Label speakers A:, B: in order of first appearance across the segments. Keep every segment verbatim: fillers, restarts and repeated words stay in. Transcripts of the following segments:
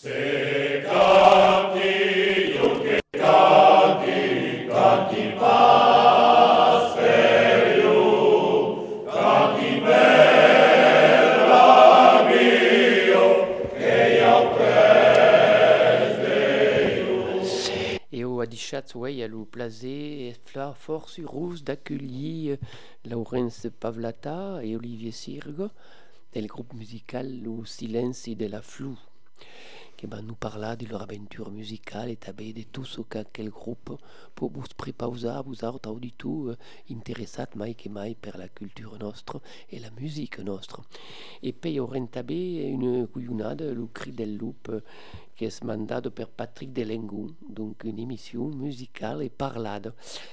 A: Ouais, a lo plazé force rose d'accueillir Laurence Pavlata et Olivier Sirgo del groupe musical Lo Silenci de la Flou qui va nous parler de leur aventure musicale et tabé de tout ce quel groupe pour vous préparer vous autres auditeurs intéressés mai que mai per la culture nostre et la musique nostre. Et puis auront tabé une couillonnade, le cri del loup qui est mandato per Patrick Delengon, donc une émission musicale et parlade.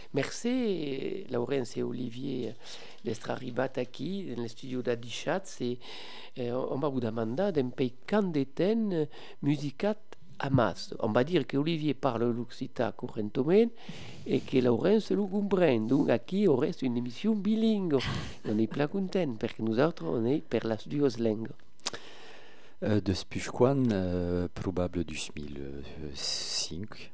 A: Merci Laurence et Olivier d'être arrivati ici dans le studio d'Adichat et eh, on va vous demander d'un pays candidat musicat à masse. On va dire que Olivier parle l'occitan couramment et que Laurence le comprend. Donc ici on reste une émission bilingue. On est plein content parce que nous autres on est per las dues langues.
B: Uh, de Spuchquan, uh, probable du deux mille cinq.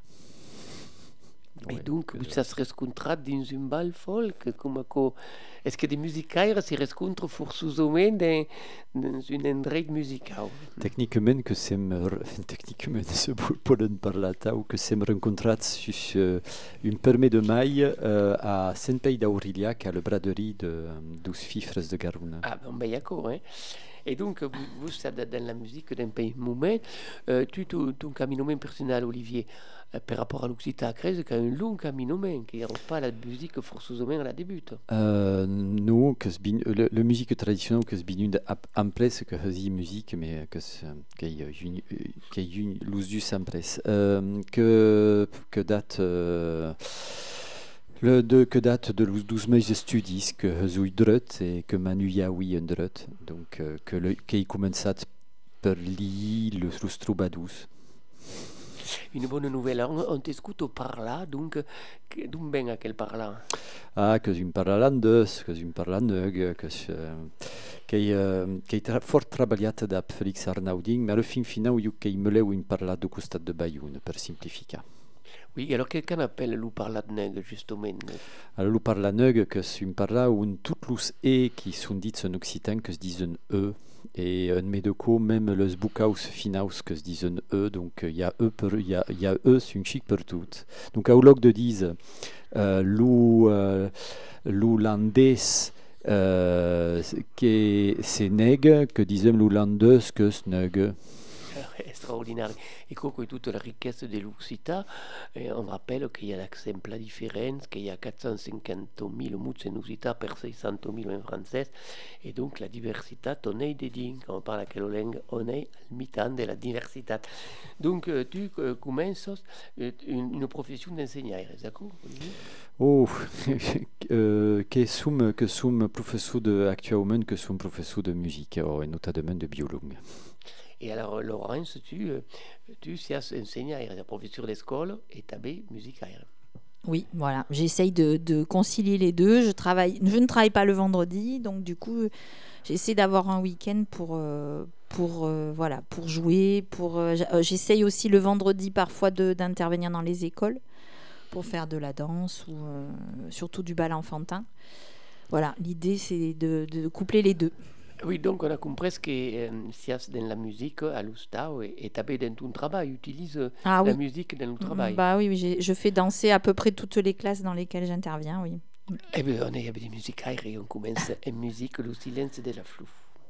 A: Et
B: ouais,
A: donc,
B: euh...
A: ça se rencontre dans un bal folk. Comme co... Est-ce que des musicaires se rencontrent forcément dans, dans un endroit musical?
B: Techniquement, que sem, techniquement, se poden parlar tau, que sem rencontrat sus uh, un permet de mai uh, à Saint-Pei d'Aurillac, à la braderie de Douze Fifres de Garona.
A: Ah, bon, ben d'accord, hein. Et donc, vous, vous êtes dans la musique d'un pays moment. Euh, tu, ton, ton cheminement personnel, Olivier, euh, par rapport à l'Occitan, c'est qu'il y a un long cheminement, qu'il n'y a pas la musique forcément à la débute.
B: Euh, non, que le, le musique traditionnelle que c'est bien en presse que c'est musique, mais que qu'il y a une qu'il y a une l'usage en presse. Euh, que que date euh, Le de que date de los douze meis estudis que j'ai dret et que Manu Yaoui en dret, donc euh, que le qui commençat per lire le los troubadours.
A: Une bonne nouvelle. On, on t'écoute parler, donc d'où ben à quel parler?
B: Ah, que je parle holandès, que je parle neug, que je qui euh, qui est fort travaillé da Félix Arnaudin, mais le fin final il qui me leu in parla do costat de Bayonne per simplificar.
A: Oui, alors quelqu'un appelle le parla de neug, justement.
B: Alors le parla neug, que c'est un parla où toutes les e qui sont dites en occitan que se disent e, et en médoco même les boucaus finaus que se disent e, donc il y a e per, il y a il y a e c'est un chic per tout. Donc au log de disent euh, l'ou euh, l'holandais euh, que c'est neg, que disent l'hollandais que c'est neg.
A: Extraordinaire. Et comme toute la richesse de l'Occitan, eh, on rappelle qu'il y a l'accent plat différent, qu'il y a quatre cent cinquante mille mots en Occitan per six cent mille en français, et donc la diversité, on est dédié, quand on parle à quelle langue, on est au mi-temps de la diversité. Donc euh, tu euh, commences euh, une, une profession d'enseignant, d'accord?
B: Oh, euh, que soum que soum professeur de actuellement que soum professeur de musique, oh, et notamment de biologue.
A: Et alors, Laurence, tu, tu sais enseigner, tu es professeur d'école et tu as musique aérienne.
C: Oui, voilà. J'essaye de, de concilier les deux. Je, travaille, je ne travaille pas le vendredi, donc du coup, j'essaie d'avoir un week-end pour, euh, pour, euh, voilà, pour jouer. Pour, euh, j'essaye aussi le vendredi parfois de, d'intervenir dans les écoles pour faire de la danse ou euh, surtout du bal enfantin. Voilà, l'idée, c'est de, de coupler les deux.
A: Oui, donc on a compris que euh, si tu dans la musique à l'Ustau et tu as dans ton travail, utilise
C: ah,
A: la
C: oui.
A: musique dans le travail.
C: Bah oui, oui je fais danser à peu près toutes les classes dans lesquelles j'interviens, oui.
A: Eh bien, on est des musiques et on commence en musique le silence de la flou.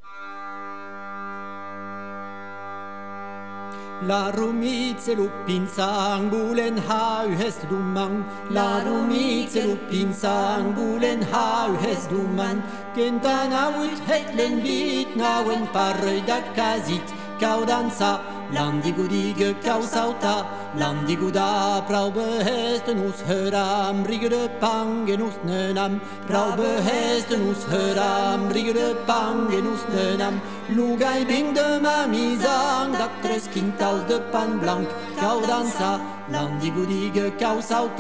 D: La rumice lupin sangulen hauhes duman La rumice lupin sangulen hauhes duman Kentana uit hetlen bit nauen parrei da casit Caudanza landigodige causauta Landiguda prau behesten us höram Rigede pangen us nenam Prau behesten us höram Rigede pangen us nenam Lugai bing de mamizang Da tres quintals de pan blanc Caudanza landigodige causauta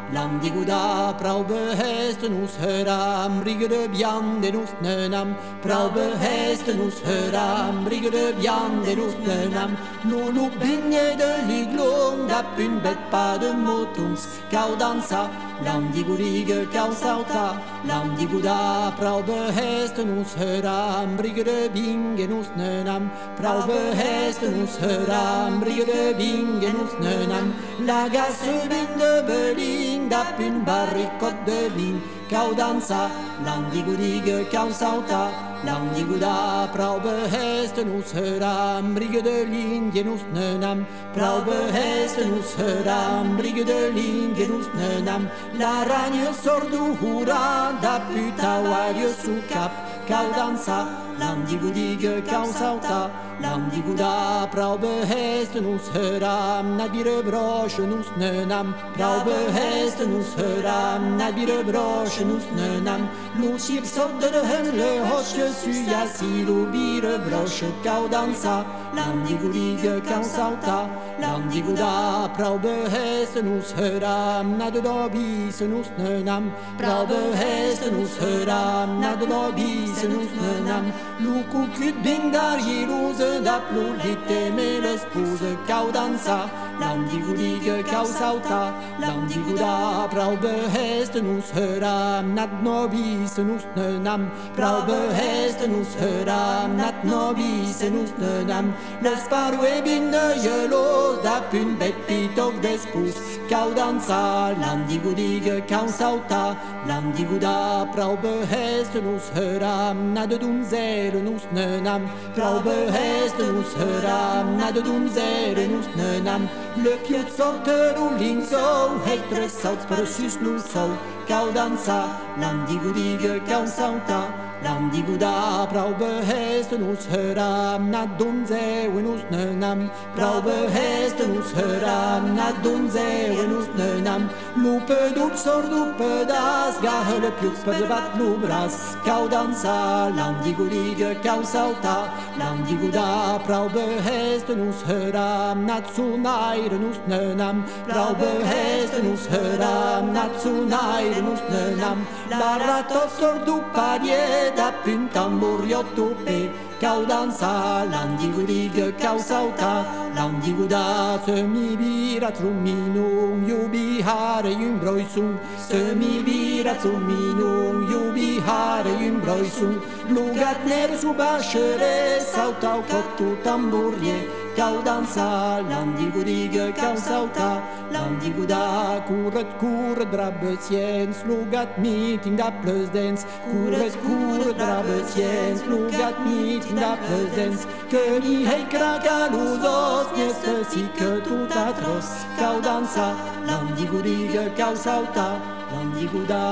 D: Landiguda prau behesten us höram, brigade bjanden us nönam, prau behesten us höram, brigade bjanden us nönam, lolo benje de lyglong, dappun bet pas de motons, kau dansa, landigurige kau sauta, landiguda prau behesten us höram, brigade bingen us nönam, prau behesten us höram, brigade bingen us nönam, laga subin de Berlin, dappun barricot de vin, kau dansa, landigurige kau sauta, landiguda prau behesten us höram, brigade linjen us nönam, prau behesten us höram, brigade linjen us nönam, la ragne sordu hura, dappun tawario su cap, kau dansa, landigudige kau sauta, landiguda prau behesten us höram, nabire broschen us nönam, prau behesten us höram, nabire broschen us nönam, lucir sodde de hönle hosje suja silu bire brosche kau dansa, landigudige kau sauta, landiguda prau behesten us höram, nade da bisen us nönam, prau behesten us höram, nade da bisen us nönam, luku kut bingar girose, daplo lite me le spose kau dansa, landigudige kau sauta, landiguda prau behesten us höram, nad nobisen us nönam, prau behesten us höram, nad nobisen us nönam, le sparu e binne jelos, dappun bet pitog despus, kau dansa, landigudige kau sauta, landiguda prau behesten us höram, nad dumzeren us nönam, prau behesten us höram, nad dumzeren us nönam, le pied sorter u linso, heitre sauts per sus luso, kau dansa, landigudige kau sauta, landiguda prau behesten us höram, nad dumzeren us nönam, prau behesten us höram, nad dumzeren us nönam, lupe dut sordu pedas, gahele piuts per debat lubras, kau dansa, landigudige kau sauta, landiguda prau behesten us höram, nad sunairen us nönam, prau behesten us höram, nad sunairen us nönam, la rato sordu parie, dappun tamburio tupe, kau dansa, landigudige kau sauta, landiguda semi bira trumminung, jubi hare jun broisung, semi bira trumminung, jubi hare jun broisung, lugat ner su bashere, sautau cottu tamburie, kau dansa, landigudige kau sauta, landiguda kuret kuret drabbe siens, lugat meeting da plus dance, kuret kuret drabbe siens, lugat meeting da plus dance, que ni hei krakaluzos, nieste si que tout atros, kau dansa, landigudige kau sauta, landiguda.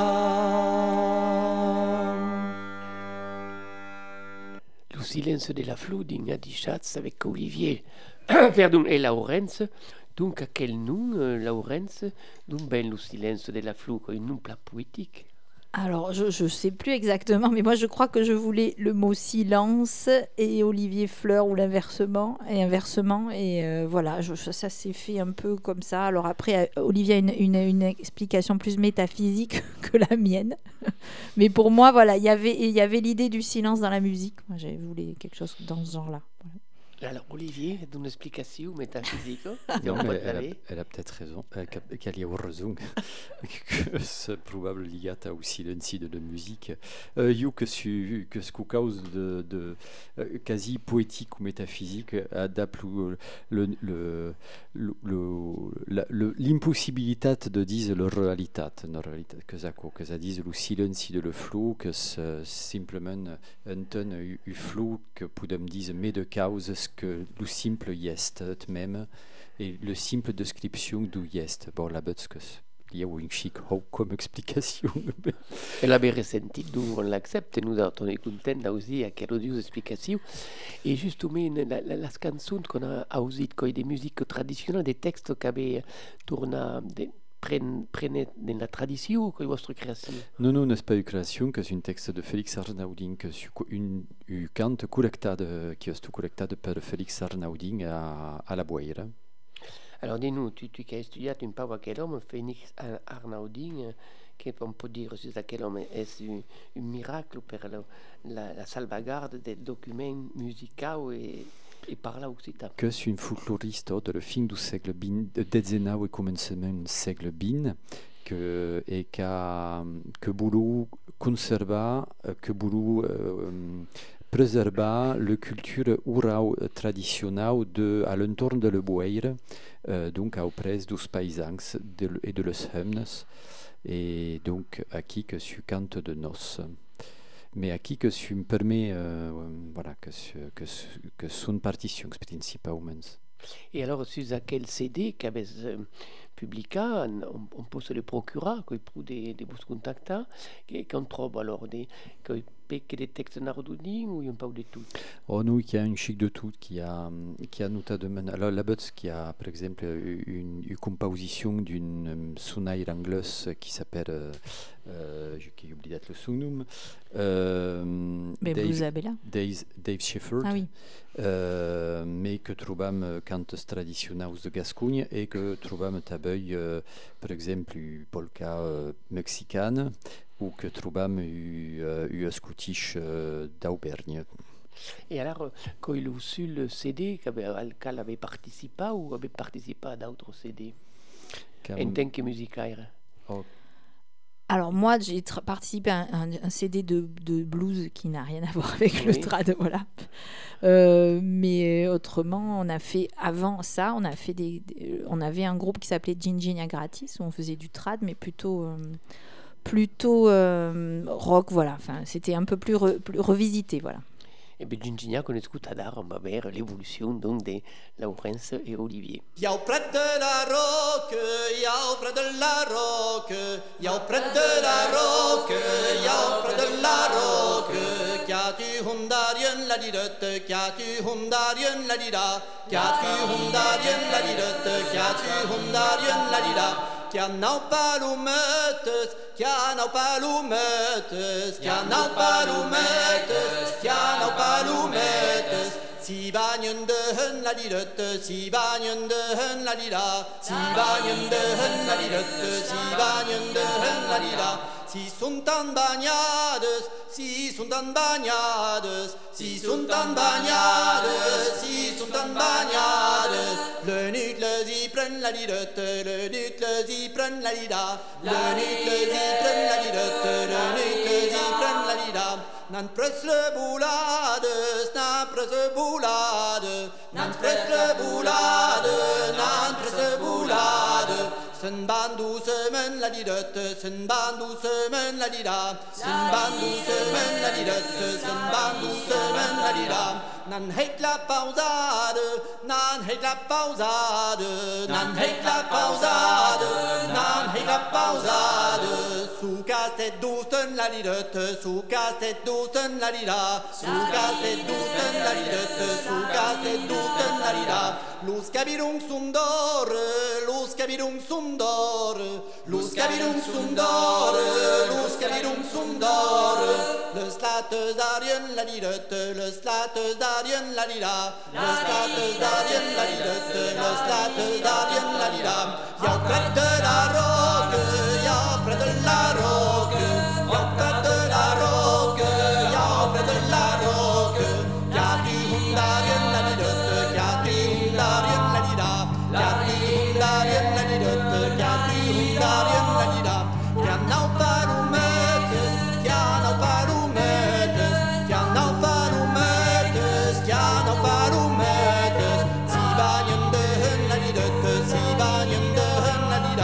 A: Le silence de la flûte d'Igna di Schatz avec Olivier pardon, et Laurence. Donc, à quel nom, euh, Laurence, d'un ben le silence de la flûte, un nom plat poétique?
C: Alors, je ne sais plus exactement, mais moi, je crois que je voulais le mot silence et Olivier Fleur ou l'inversement, et inversement. Et euh, voilà, je, ça s'est fait un peu comme ça. Alors après, Olivier a une, une, une explication plus métaphysique que la mienne. Mais pour moi, voilà, y avait, il y avait l'idée du silence dans la musique. Moi, j'ai voulu quelque chose dans ce genre-là. Voilà.
A: Alors, Olivier, une explication métaphysique?
B: Non, mais elle, a, elle a peut-être raison, qu'elle y a raison, que c'est probable lié au silence de la musique. Euh, you que ce que ce cause de, de euh, quasi poétique ou métaphysique adapte le le le le le l'impossibilité de dire la réalité, la réalité que ça que ça dise le silence de le flou, que c'est simplement un ton u flou que podem dire mais de cause que le simple jest même et le simple description du jest. Bon, la bête que il y a un chic comme explication.
A: Elle avait ressenti, nous on l'accepte, nous on est contents aussi à quelle odieuse explication. Et justement, la, la, la chanson qu'on a aussi des musiques traditionnelles, des textes qui avaient tourné, prenez dans la tradition ou votre création?
B: Non, non, n'est pas une création, c'est un texte de Félix Arnaudin, que c'est une, une cante collectée, qui est collectée par Félix Arnaudin à, à la Boire.
A: Alors dis-nous, tu, tu che hai studiato un po' a quell'uomo, Félix Arnaudin, che on peut dire su quell'uomo è un, un miracolo per la, la, la salvaguardia del documento musicale e, e parla occitan.
B: Que c'est un folkloriste de la fin du siècle dix-neuvième et commencement du siècle vingt, que et qu'a que voulu conservar, que voulu euh, préserver la culture orale traditionnelle de à l'entour de la Boire, euh, donc auprès des paysans de, et de los hymnes, et donc à qui que je cante de noces. Mais à qui que je me permet, euh, voilà, que que que son partition principalement.
A: Et alors, sur quel C D qu'avez euh, publié, on, on peut se le procurer, qu'on trouve des, des beaux contacts, et qu'on trouve alors des, qu'on pique des textes narodini ou un peu de tout.
B: Oh, nous, il y a un chic de tout qui a, qui a notamment, alors la Butz qui a, par exemple, une, une composition d'une sonaille anglaise qui s'appelle, euh, euh, j'ai oublié d'être le son euh,
C: Dave,
B: Dave, Dave Shepherd.
C: Ah oui.
B: Euh, mais que trobam cantes tradicionals de Gascogne et que trobam tabeuil, euh, par exemple, une polka euh, mexicaine ou que trobam une uh, scottish euh, d'Auvergne.
A: Et alors, quand il a reçu le C D, Alcal avait participé ou avait participé à d'autres C D Comme... en tant que musicaire?
B: Oh.
C: Alors moi, j'ai tra- participé à un, un, un C D de, de blues qui n'a rien à voir avec oui. le trad, voilà. Euh, mais autrement, on a fait avant ça, on a fait des, des on avait un groupe qui s'appelait Ginginia Gratis où on faisait du trad, mais plutôt euh, plutôt euh, rock, voilà. Enfin, c'était un peu plus, re, plus revisité, voilà.
A: Et bien, Ginginia, qu'on écoute à d'art, on va voir l'évolution donc de Laurence et Olivier.
D: Y'a auprès de la roque, y'a auprès de la roque, y'a auprès de la roque, y'a auprès de la roque, qu'a tu hundarien la didotte, qu'a tu hundarien la dida, qu'a tu hundarien la didotte, qu'a tu hundarien la dida. Qu'a n'au pas l'oumettes, qu'a n'au pas l'oumettes, qu'a n'au pas l'oumettes, qu'a n'au pas l'oumettes. Si bagnen de la didotte, si bagnen de la dida, si bagnen de la didotte, si bagnen de la dida. Si sont en bagnades, si sont en bagnades, si sont en bagnades, si sont en bagnades. Le nuit les y prennent la didotte, le nuit les y prennent la dida, le nuit les y prennent la didotte, le nuit les y prennent la dida. Nan pres le boulade, nan pres le boulade, nan pres le boulade, nan pres le boulade. Sen ban doucement la didotte, sen ban doucement la dida, sen ban doucement la didotte, sen ban doucement la dida. Nan heit la pausade, nan heit la pausade, nan heit la pausade, nan heit la pausade. Sous castet doucement la didotte, sous castet doucement la dida, sous castet doucement la didotte, sous castet doucement la dida. Lus cabirung sundor, lus cabirung sundor, lus cabirung sundor, lus cabirung sundor. Le slates d'Arien la didotte, le slates d'Arien la dida, le slates d'Arien la didotte, le slates d'Arien la dida. Y'a près de la roque, y'a près de la roque, y'a près de la roque, y'a près de la roque. Y'a du hundarien la didotte, y'a du hundarien la dida, y'a du hundarien la didotte, y'a du hundarien la dida. Y'a n'au pas l'oumettes, y'a n'au pas l'oumettes, y'a n'au pas l'oumettes, y'a n'au pas l'oumettes. Si bagnen de la didotte, si bagnen de la dida.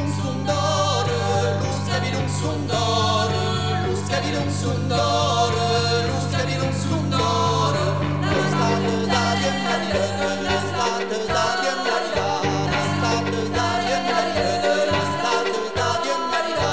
D: Scavilum sundor, lus scavilum sundor, lus scavilum sundor, lus scavilum sundor. La state d'aria marida, la state d'aria marida, la state d'aria marida, la state d'aria marida.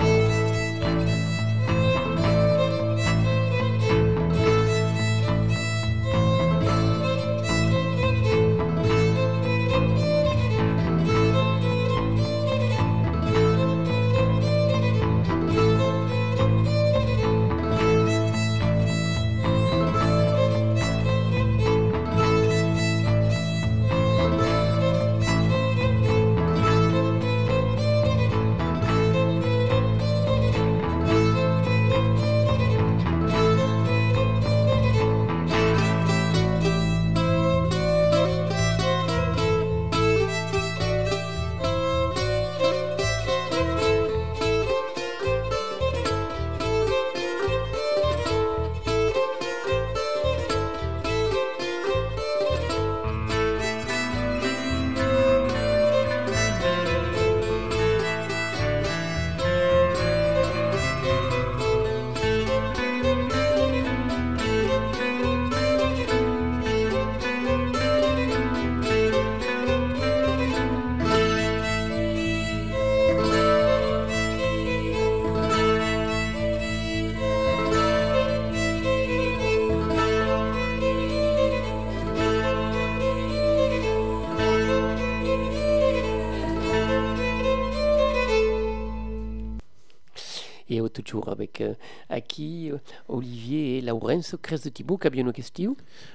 A: Et toujours avec euh, Aki, euh, Olivier et Laurence Crès de Thibault qui abbiano question.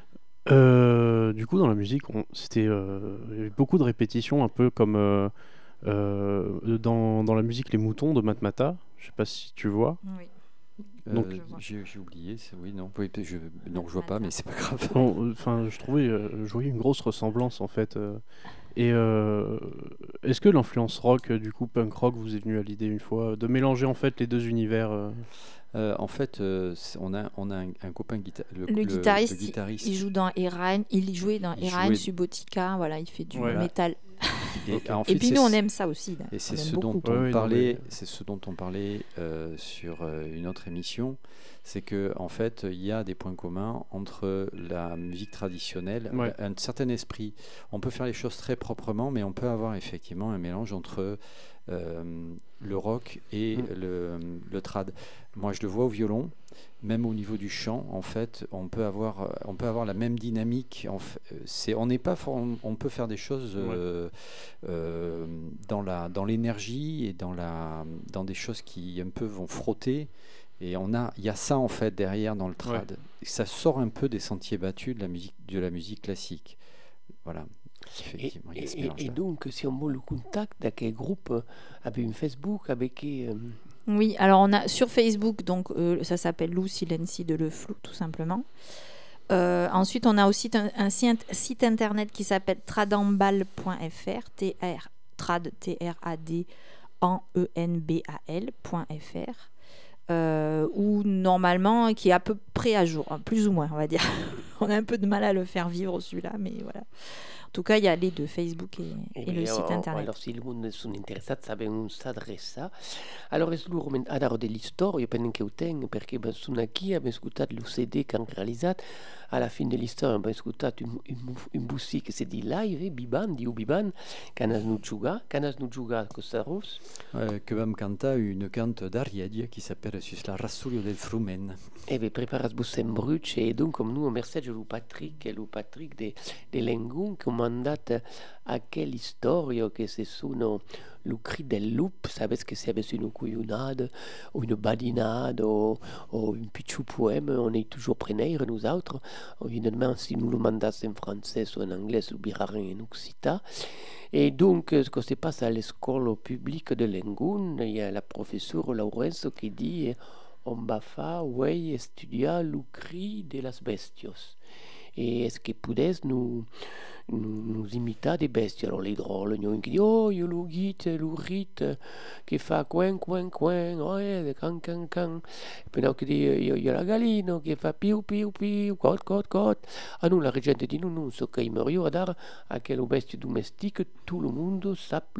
E: Euh, du coup, dans la musique, on, c'était, euh, il y avait beaucoup de répétitions, un peu comme euh, euh, dans, dans la musique Les Moutons de Matmata. Je sais pas si tu vois.
C: Oui.
E: Donc,
B: Euh, j'ai, j'ai oublié, c'est, oui, non, oui, je, non, je vois pas, mais c'est pas grave.
E: Enfin, je trouvais, euh, je voyais une grosse ressemblance en fait. Euh, et euh, est-ce que l'influence rock, du coup punk rock, vous est venue à l'idée une fois de mélanger en fait les deux univers euh
B: Euh, en fait, euh, c'est- on a, on a un, un copain guita- le,
C: Le,
B: le-
C: guitariste,
B: le
C: il-
B: guitariste.
C: il joue dans Erain, il jouait dans
B: Il
C: Erain,
B: jouait-
C: Subotica, voilà, il fait du
E: Ouais.
C: métal.
B: Et, en
C: Et
B: fait,
C: puis
B: c'est-
C: nous, on aime ça aussi. Là.
B: Et c'est
C: on aime
B: ce
C: beaucoup.
B: dont on
E: Ouais, ouais, non,
B: parlait,
E: mais-
B: c'est ce dont on parlait euh, sur euh, une autre émission, c'est que en fait il y a des points communs entre la musique traditionnelle,
E: Ouais.
B: un certain esprit. On peut faire les choses très proprement, mais on peut avoir effectivement un mélange entre euh, le rock et
E: Mm.
B: le, le trad. Moi, je le vois au violon. Même au niveau du chant, en fait, on peut avoir, euh, on peut avoir la même dynamique. En fait, euh, c'est, on n'est pas, for- on, on peut faire des choses euh, euh, dans la, dans l'énergie et dans la, dans des choses qui un peu vont frotter. Et on a, il y a ça en fait derrière dans le trad. Ça sort un peu des sentiers battus de la musique, de la musique classique. Voilà.
A: Et,
B: Effectivement, il y a ce
A: et- et
B: mélange-là.
A: donc, si on veut le contact, à quel groupe euh, avec une Facebook, avec qui, euh,
C: Oui, alors on a sur Facebook, donc euh, ça s'appelle Lou Silenci de Le Flou, tout simplement. Euh, ensuite, on a aussi un, un site, site internet qui s'appelle tradembal point f r, T R, trad, T R A D, en E N B A L point F R, euh, où normalement, qui est à peu près à jour, hein, plus ou moins, on va dire. On a un peu de mal à le faire vivre celui-là, mais voilà. En tout cas, il y a les deux, Facebook et,
A: eh
C: et le
A: bien,
C: site
A: on-
C: internet.
A: alors, si le monde sono interessati, sappiamo s'adressa. Allora, è loro a dare delle storie, per che uteng, perché ben, sono qui, abbiamo ascoltato il C D che hanno realizzato. Alla fine dell'storia abbiamo ascoltato un, un, un bussi che si di live, eh, Biban, di Biban, che hanno giocato, che hanno giocato con sta rossa.
B: Euh, que vam canta une cante d'Ariège qui s'appelle Sus la Rassulio del Frumen.
A: E vi prepara bussen bruce e donc comme nous un messaggio lu Patrick e lu Patrick de, de Lengun che ha mandato a quelle storia che se sono lu cri del lup, sabes che se avesse une couillonnade ou une badinade ou, ou un petit poème, on est toujours preneurs nous autres. Évidemment, si nous le mandassons en français ou en anglais, le birarin en occitan. Et donc, ce qui se passe à l'école publique de Lengun, il y a la professeure Laurence qui dit on va faire, ouais, étudier le cri de las bestios. Et est-ce que pudes nous, nous, nous imiter des besties? Alors les drôles, il y en a qui disent oh, il y a le guite, le rite, qui fait coin, coin, coin, ouais, can, can, can. Et puis il y en a qui disent il y a la galline qui fait piu, piu, piu, cot, cot, cot. Ah non, la régente dit non, non, ce qu'il me à dire à quelle bestie domestique, tout le monde sait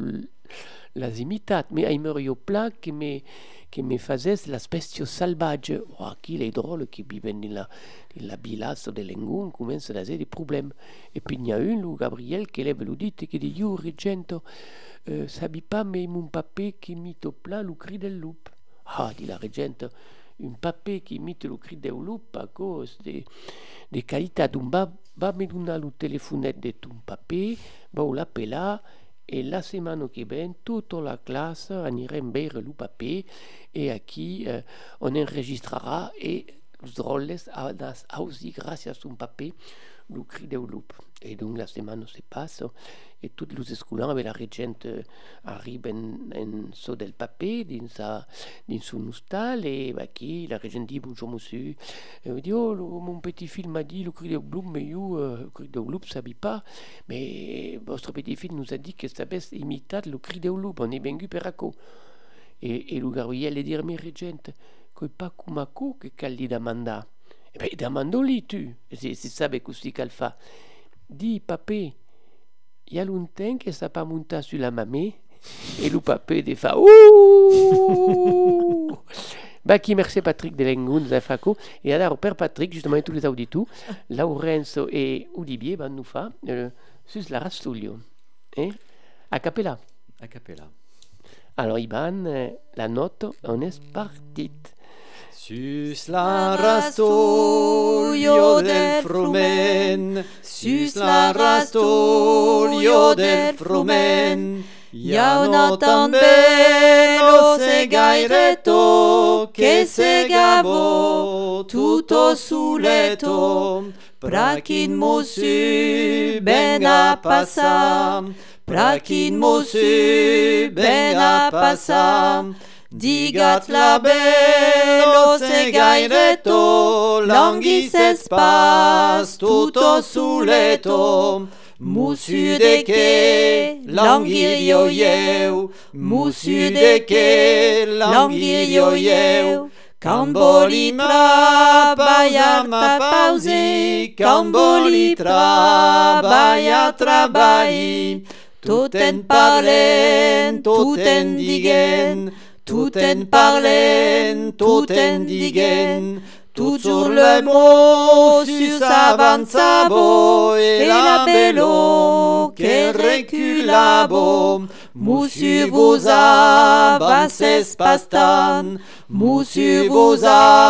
A: las imitat, mais ai merio pla che me che mi fases la spezio salvage. Oh, chi è drôle che vive nella, nella bilasso dell'engun, comincia ad avere dei problemi. E poi il y a un, lui, Gabriel, che leva lo dite, che dice, io, Reggento, euh, sabi pas, mais mon papé qui imite pla le cri del lup. Ah, dit la Reggente, un papé qui imite le cri del lup a cause de, de qualità d'un ba, ba me dona le telefonet de ton papé, ba o l'appela, et la semaine qui vient, toute la classe anirem vers le papier et à qui euh, on enregistrera et les rôles aussi grâce à son papier le cri de loup. Et donc la semaine se passe et tous les écoles avec la Reggente arrivent en, en saut del papier dans, sa, dans son hostal et bah, qui la Reggente dit bonjour monsieur, et on dit oh le, mon petit fils m'a dit le cri de loup mais you euh, le cri de loup ça ne pas mais votre petit fils nous a dit que ça baisse imitate le cri de loup on est bien vu per acco et, et le Gabriel lui dit mais Reggente que pas comme acco que cal li demanda e beh demandoli tu si, si sabe così qu'elle fa di papé il y a longtemps que ça pas monté sur la mamie et le papé de fa ouh bah qui merci Patrick de Lengun de Faco et alors père Patrick justement tous les auditeurs Laurenzo et Olivier van nous fa euh, sus la Rastuglio eh a cappella
B: a cappella
A: alors Ivan euh, la note on est parti.
B: Sus la rastuglio del frumen, sus la rastuglio del frumen, ja no tan bello segairetto che segavo tutto sul letto, prakin musu ben a passam, prakin musu ben a passam. Digat la bello segairetto, langhis espas tutto sul letto, musu de che langhio eu, musu de che langhio eu, camboli trabaia ma pausi, camboli trabaia trabai, tuten parlen, tuten digen, tout en parlen, tout en diguen, tout sur le mot sus avanzabo, et la bello che reculabo, musu vos avances pastan, musu vos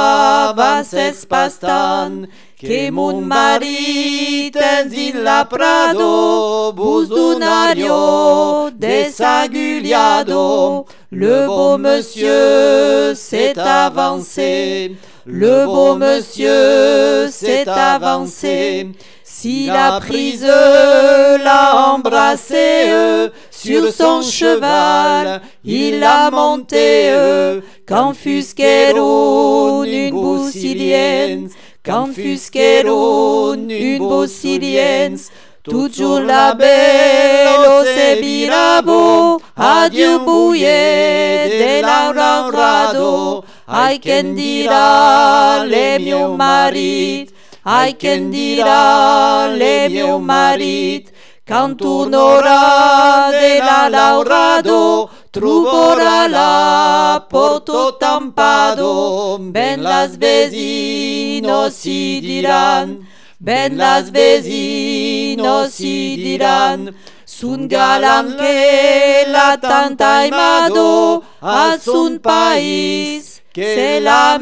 B: avances pastan, que mon marit in la prado, bus dunario desaguliado, le beau monsieur s'est avancé, le beau monsieur s'est avancé, s'il a prise l'a embrassé, sur son cheval il l'a monté, quand fusquero une boussilienne, quand fusquero une boussilienne, toujours la bello se birabo, adieu bouillet de Laura Rado, ai quien dirà le mio marit, ai quien dirà le mio marit, quand tornerà de la Laurado, troverà la porto tampado, ben las vecinos si diran, ben las vecinos si diran, sun galan que la tanta aimado, a sun país que la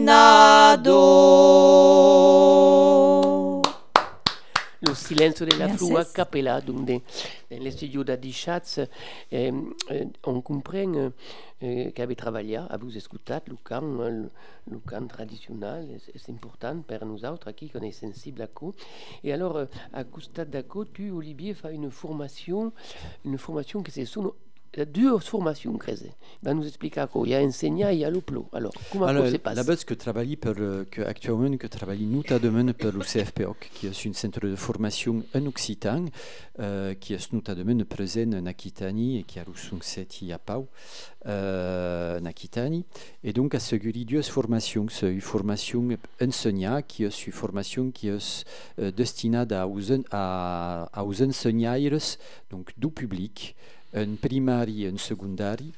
B: menado.
A: Le silenzio della
C: Merci.
A: flou a cappella, donc dans les studios d'Adichatz, eh, eh, on comprend eh, qu'avait travaillé à vous écouter le chant, le, le chant traditionnel, c'est important pour nous autres qui on est sensible à quoi. Et alors, à Costa d'Aco, tu, Olivier, fais une formation, une formation qui c'est sous il y a deux formations creuses. Il va nous expliquer quoi. Il y a enseigner et il y a le plo. Alors, comment
B: Alors,
A: ça se passe?
B: la base que travaille per, que actuellement que travaille notamment pour le C F P O C, qui est un centre de formation en occitan, euh, qui est notamment présent en Aquitanie et qui a son site à Pau, euh, en Aquitanie. Et donc, à ce guri deux formations, c'est une formation enseignante qui est une formation qui est euh, destinée à aux à, à aux enseignants, donc du public. un primari et un secondari,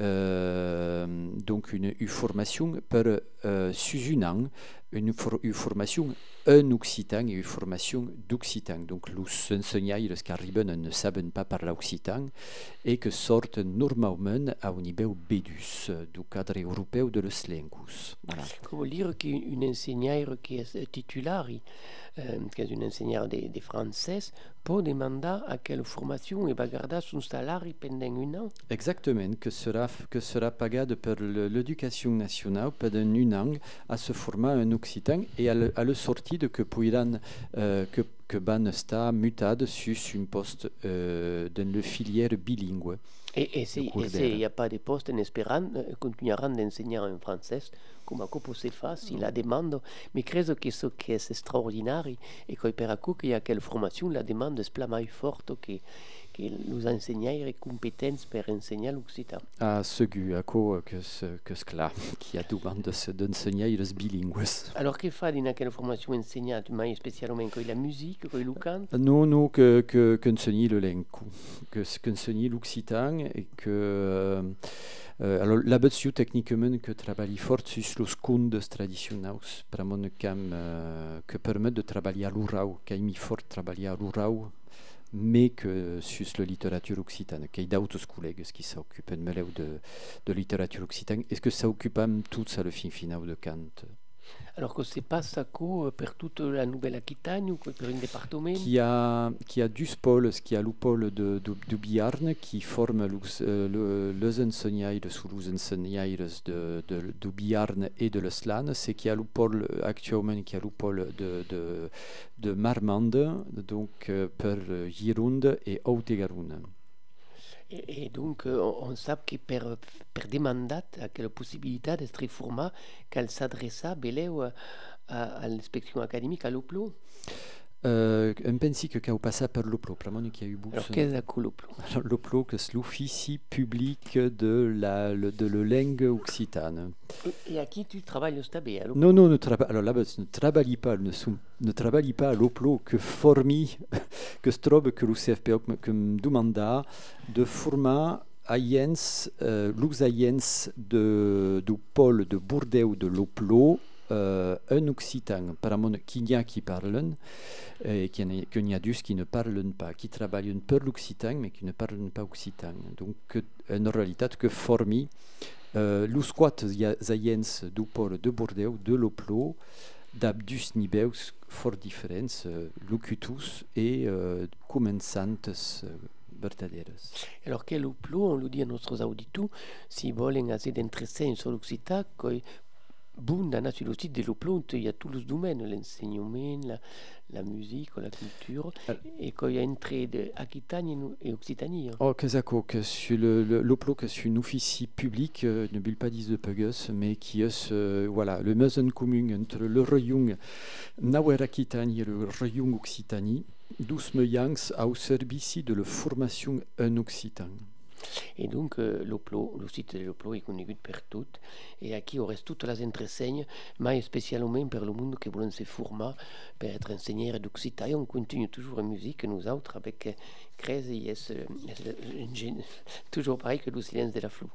B: euh, donc une, une formation per euh, sus un an, une, for, une formation en occitan et une formation d'occitan. Donc les enseignants qui arrivent ne savent pas parler occitan et que sortent normalement à un niveau B deux du cadre européen de les lengues. Voilà.
A: Ça veut dire qu'une enseignante qui est titulaire, euh, qui est une enseignante de, de français, peut demander à quelle formation elle va garder son salaire pendant un an.
B: Exactement, que sera, que sera pagé par l'éducation nationale pendant un an à se former en occitan et à le, à le sortir de que pourront euh, que que van estar mutada sur un poste euh, dans la filière bilingue.
A: Et, et s'il n'y a pas de poste en espérant, euh, continueront d'enseigner en français, comme peut se faire si la demande. Mais je crois que ce qui est extraordinaire est que per accu qu'il y a quelle formation, la demande est plus forte que, que les enseignants sont compétents pour enseigner l'occitan.
B: Ah, segur, à quoi que ce que ce là qui a demande d'enseigner les bilingues.
A: Alors que fait dans quelle formation enseignante, mais spécialement que la musique, que le chant?
B: Non, non, que que qu'enseigner le langue, que qu'enseigner l'occitan et que euh, euh, alors là-dessus techniquement que travaille fort sur les contes traditionnels, pour mon cas euh, que permet de travailler à l'oral, qui mis fort travailler à l'oral, mais que sur la littérature occitane, qu'il y a d'autres collègues qui s'occupent de, de littérature occitane. Est-ce que ça occupe tout ça le fin final de Kant?
A: Alors que c'est pas ça pour toute la Nouvelle-Aquitaine ou pour un département?
B: Qui a, qui a deux pôles, qui a le pôle de, de, de Biarn qui forme les, euh, les enseignants sous les enseignants de, de, de Biarn et de l'Eslan, c'est qui a le pôle actuellement qui a le pôle de, de, de Marmande, donc euh, per Gironde et Haute-Garonne.
A: Et, et donc, euh, on sait que per, per demandat, à quelle possibilité d'être formé, qu'elle s'adressa à, à, à l'inspection académique, à l'Oplo?
B: Euh, on pense que quand on passe par l'Oplo, vraiment qu'il y a eu beaucoup.
A: Alors, qu'est-ce que l'Oplo?
B: L'Oplo, c'est l'office public de la, de la langue occitane.
A: Et, et à qui tu travailles au Stabé?
B: Non, non, ne traba- alors là, ne travaille pas, ne, sont, ne travaille pas à l'Oplo que formi, que strobe que le C F P que me demanda de former Ayens, euh, l'Ux Ayens de, du pôle de Bordeaux de l'Oplo. Euh, un occitan, par mon qu'il y a qui parlent, et qu'il y a deux qui ne parlent pas, qui travaillent pour l'occitan, mais qui ne parlent pas occitan. Donc, en réalité, que formi, euh, les squats zayens du pôle de Bordeaux, de l'Oplo, d'ab deux niveaux fort différents, euh, locutus et euh, commençantes euh, verdaderas.
A: Alors que l'Oplo, on le dit à nos auditeurs, si voulez assez d'entretien sur l'occitan, bon, sur le site de l'Oplo, il y a tous les domaines, l'enseignement, la, la musique, la culture, ah. Et qu'il y a une trade Aquitaine et Occitanie.
B: Oh, que ça, que sur l'Oplo, que c'est une officie publique, euh, ne bulle pas dix de Pegus, mais qui est, euh, voilà, le maison commun entre le rayon Nauer Aquitaine et le rayon Occitanie, douze moyens au service de la formation en occitan.
A: Et donc, euh, l'Oplo, le site de l'Oplo est connu par tout, et aquí on reste toutes les entreseignes, mais spécialement pour le monde qui veut se former pour être enseignant d'occitan. Et on continue toujours en musique, nous autres, avec Crèze et c'est toujours pareil que le silence de la flou.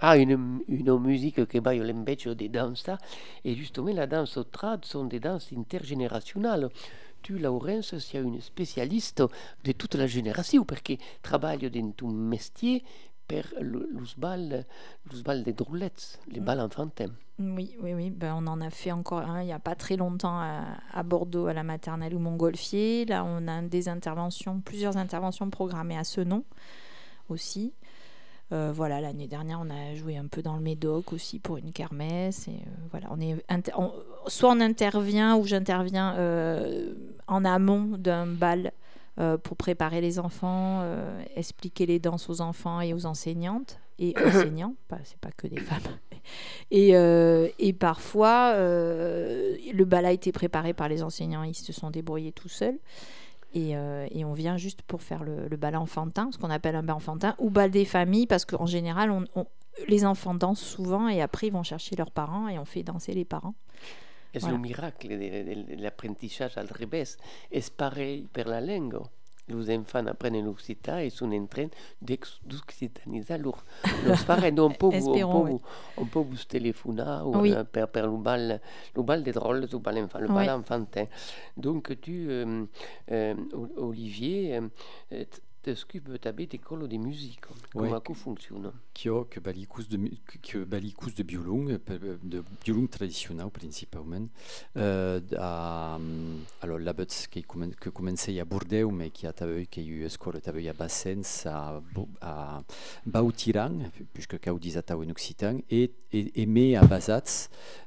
A: Ah, une, une musique che va invece des danses, et justement la danse au trad sont des danses intergénérationnelles. Tu, Laurence, sei une spécialiste de toute la génération, perché travaille dans ton métier per le, le bal, le bal des drôlettes, les
C: Mm.
A: bals enfantins.
C: Oui, oui, oui. Ben, on en a fait encore un il n'y a pas très longtemps à, à Bordeaux, à la maternelle ou Montgolfier. Là, on a des interventions, plusieurs interventions programmées à Senon aussi. Euh, voilà, l'année dernière, on a joué un peu dans le Médoc aussi pour une kermesse. Et, euh, voilà, on est inter- on- soit on intervient ou j'interviens euh, en amont d'un bal euh, pour préparer les enfants, euh, expliquer les danses aux enfants et aux enseignantes et enseignants. Pas, c'est pas que des femmes. Et, euh, et parfois, euh, le bal a été préparé par les enseignants, ils se sont débrouillés tout seuls. Et, euh, et on vient juste pour faire le, le bal enfantin, ce qu'on appelle un bal enfantin, ou bal des familles, parce qu'en général, on, on- les enfants dansent souvent et après ils vont chercher leurs parents et on fait danser les parents.
A: C'est
C: Voilà.
A: le miracle de, de, de l'apprentissage al revés. C'est pareil per la langue. Les enfants apprennent l'occitan et sont en train d'occitaniser leurs leurs parents. Donc, on peut, vous- on,
C: Espérons,
A: peut,
C: oui.
A: vous- on peut vous téléphoner ou,
C: Oui.
A: euh, per, per le bal, le bal des drôles, le bal, enfant, le bal
C: Oui.
A: enfantin. Donc, tu, euh, euh, Olivier, euh, euh, t'occupes d'école de musique. Comment
B: Ouais.
A: ça fonctionne?
B: Ch'io che balicus de mu- che balicus de violon, per- de violon tradicional principalment. Euh, a, alors l'abets che comen- che comencei a Bordeaux, mais qui a taveu che eu escola taveu a Bassens a Bo- a Bautiran, puisque cau disatau en occitan, et et, et me a Basats,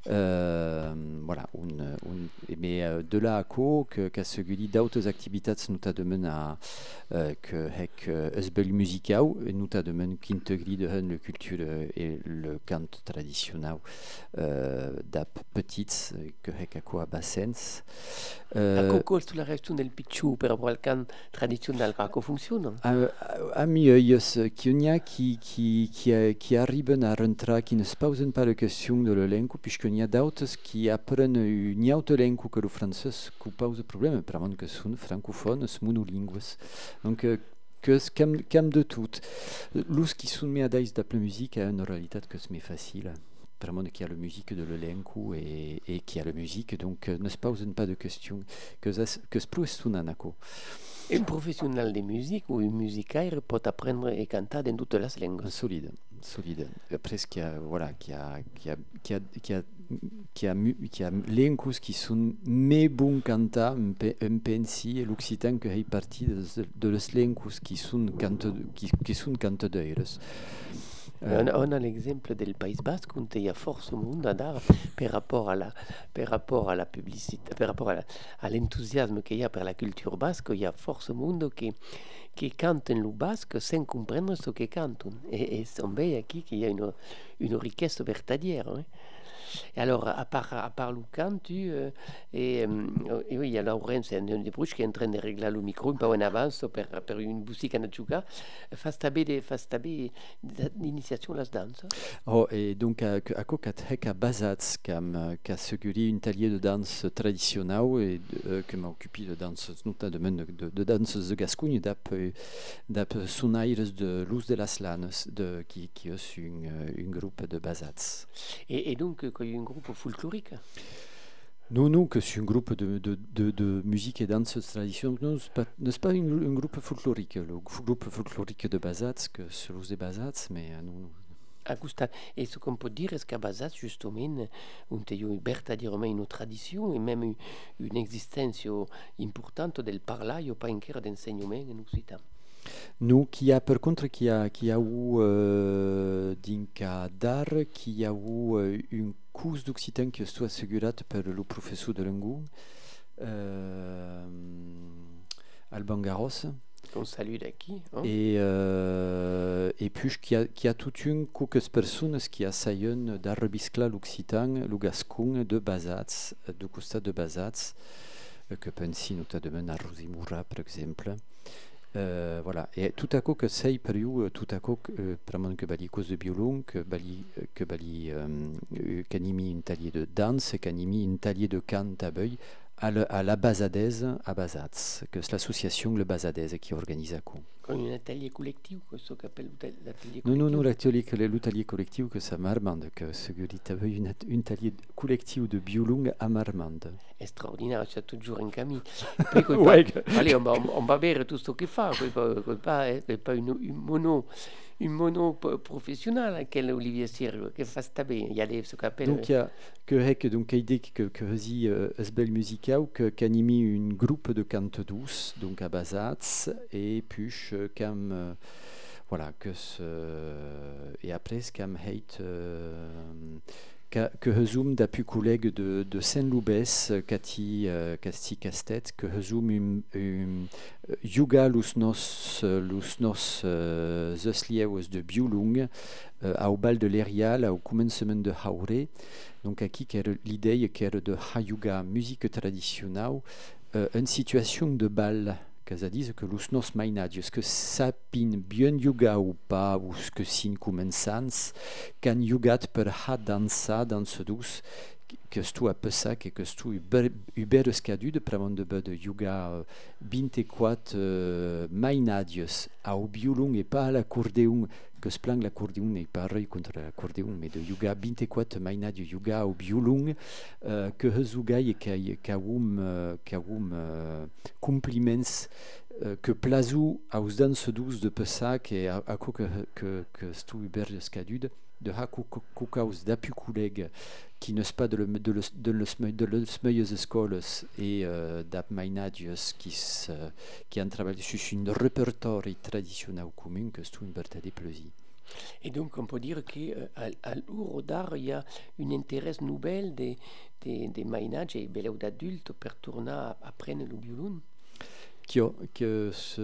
B: euh, voilà, un, un, et mais euh, de là à co que qu'a seguli d'autres activitats notamment a euh, que hec euh, esbel musicau, et notamment qu'integri de hun le culture euh, et le cant traditionnel euh, d'ap petits que hec a co a Bassens.
A: A
B: Euh,
A: Coco, tu la restion del picciu per rapport al can traditionnel, comment fonctionne?
B: a, a, a mieux, qu'il y a qui, qui, qui, a- qui arrivent à rentrer, qui ne se posent pas la question de l'elenco, puisqu'il y a d'autres qui apprennent une autre elenco que le français, qui pose problème, vraiment que sont francophones, monolingues. Donc, euh, que c'est comme, comme de tout. Los qui sont mis à d'aise d'appeler musique a une réalité que c'est facile. Vraiment qui a la musique de l'elenco et, et qui a la musique, donc euh, ne se posent pas de questions. Que ça- que c'est plus un anaco.
A: Un professionnel de musique ou un musicaire peut apprendre et chanter dans toutes les langues.
B: Solide, solide. Après, qui a, voilà, qui a, qui a, qui a, qui a, qui a, mu- qui a l'encos qui sont mais bons canta, un pensi et l'occitan que est parti de, de les l'encos qui sont cante, qui, qui sont cantadeurs.
A: On, a- on a l'exemple del País Basque où il y a force monde d'art par rapport à la, par rapport à la publicité, par rapport à, la- à l'enthousiasme qu'il y a pour la culture basque, il y a force monde qui, qui cantent le basque sans comprendre ce qu'ils cantent. Et, et on voit ici qu'il y a une, une richesse vertadière. Hein. Et alors, à part, à part le cant, tu, euh, et, euh, et oui, il y a Laurence, c'est un des bruits qui est en train de régler le micro un peu en avance pour, pour une musique à Nachuka. Fas taber de, fas taber d'initiation à la danse.
B: Oh, et donc, à, à quoi qu'à hec à Basats, qu'à qu'à seguri une talier de danse traditionnelle et euh, que m'a occupé de danse, notamment de, de, de danse de Gascogne, d'ap, euh, d'ap sonaires de Luz de las Lanes, de, qui, qui est une, un groupe de Basats.
A: Et, et donc, il y a un groupe folklorique.
B: Non, non, que c'est un groupe de, de, de, de musique et danse traditionnelle. Non, ce n'est pas, n'est pas un, un groupe folklorique. Le groupe folklorique de Basats, que c'est Luz de Basats, mais euh, non, non.
A: À Gustave. Et ce qu'on peut dire, c'est qu'à Basas, justement, on a eu vertadirement une tradition et même une, une existence importante del parlaio, pas encore d'enseignement en occitan.
B: Nous, qui a par contre qui a qui a eu euh, dinca d'art, qui a eu euh, une course d'occitan qui soit assurée par le professeur de langue, euh, Alban Garros.
A: On salue d'ici. Hein?
B: Et, euh, et puis qui a, qui a toute une quelques personnes qui essayent d'arrebiscler l'occitan, le gascon de Basats, du costat de Basats, que pensi notamment à Rosimura, par exemple. Euh, voilà, et tout à coup que c'est per io, tout à coup euh, vraiment que bali cause de violon, que bali que bali euh, qu'animi une talier de danse, qu'animi une talier de cant à beuil à, le, à la Bazadez à Bazaz, que c'est l'association Le Bazadez qui organise à coup.
A: Con un atelier collectif, questo che appelle l'atelier
B: Non, non,
A: collectif.
B: non, l'atelier, l'atelier collectif que ça m'armande, que ce que tu avais une, une atelier collectif de biolung à Marmande.
A: Straordinario, c'è toujours un cammino. Poi quel
B: Ouais,
A: pa- allez, on va, on va bere tout ce qu'il fa, quel pa, quel pa è pas une, une mono, une mono p- professionnelle, quel Olivier Sirgo, che fa sta bene, il y a les, ce qu'on appelle...
B: Donc il y a que hec donc idée que que hesi euh, esbel musical que qu'animi une groupe de cante douce donc à Bazats et puis euh, cam euh, voilà que ce et après ce cam hate euh, que que hezum da pu collègue de de Saint-Loubès Cathy euh, Casti Castet que hezum um, um, yuga lus nos lus nos euh, zesliewes de biolung euh, au bal de l'Erial au commencement de Hauré. Donc aquí qui era l'idée qui era de Hayuga, musique traditionnelle, euh, une situation de bal, que ça dise que los nos mainadis, est-ce que ça pin bien yuga ou pas, ou ce que sin commençants, quand yugat per ha dansa, danse douce, que stu a pessac et que stu uber uber escadu de pravon de bud yuga bintequat uh, mainadius au biolung et pas à l'accordéon que se plangue l'accordéon n'est pas pareil contre l'accordéon mais de yuga bintequat mainadius yuga au biolung uh, que hezuga et kawum uh, kawum uh, compliments uh, que plazu aus danse douce de pessac et à quoi que que que stu uber escadu de haku kukaus d'apu collègue qui ne sont pas de le de le de le de le smeuieuses écoles et euh, d'ap mainadius qui se qui ont travaillé sur une répertoire traditionnel commun que c'est une berta des plaisirs.
A: Et donc on peut dire qu'à à l'Urodar il y a une intérêt nouvelle des des des mainage et belle d'adultes pour tourner à apprendre le violon.
B: Qui que ce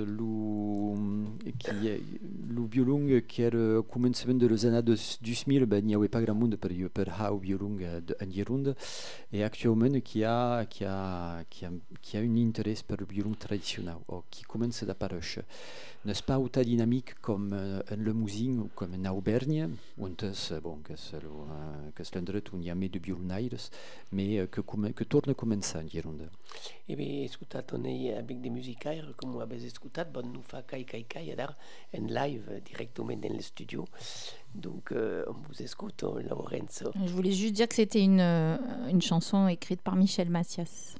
B: lu qui est le violon qui est le commencement de les années deux mille ben il n'y avait pas grand monde pour pour ha au violon de en Gironde et actuellement qui a qui a qui a qui a un intérêt pour le violon traditionnel ou qui commence d'apparaître n'est pas autant dynamique comme euh, en le Moussin ou comme en Auvergne où c'est bon que c'est le que c'est l'endroit où il y a de violonaires mais euh, que que tourne comme ça en Gironde.
A: E beh, ascoltato nei avec des musicaires come avete ascoltato, bon, nous fa kai kai kai dar en live directement dans le studio. Donc euh, on vous écoute, Lorenzo.
C: Je voulais juste dire que c'était une, euh, une chanson écrite par Michel Macias.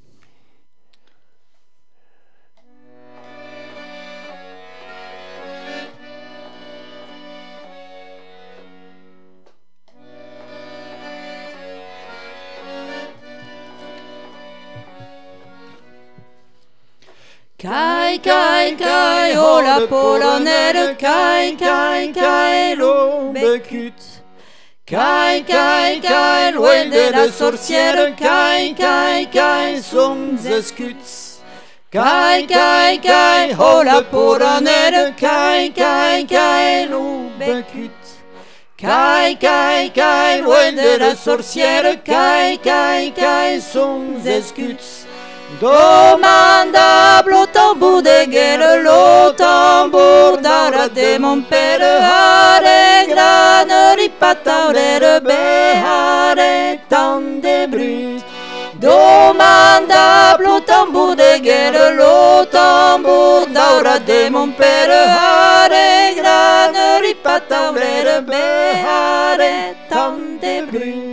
D: Kai, kai, kai, oh la polonnaise, kai, kai, kai, l'eau becute. Kai, kai, kai, loin de la sorcière, kai, kai, kai, sont escuts. Kai, kai, kai, oh la polonnaise, kai, kai, kai, l'eau becute. Kai, kai, kai, loin de la sorcière, kai, kai, kai, sont escuts. Domandable au tambour de guerre, le tambour d'ara de mon père, hare grane ripataure behare tant de bruit. Domandable au tambour de guerre, le tambour d'ara de mon père, hare grane ripataure behare tant de bruit.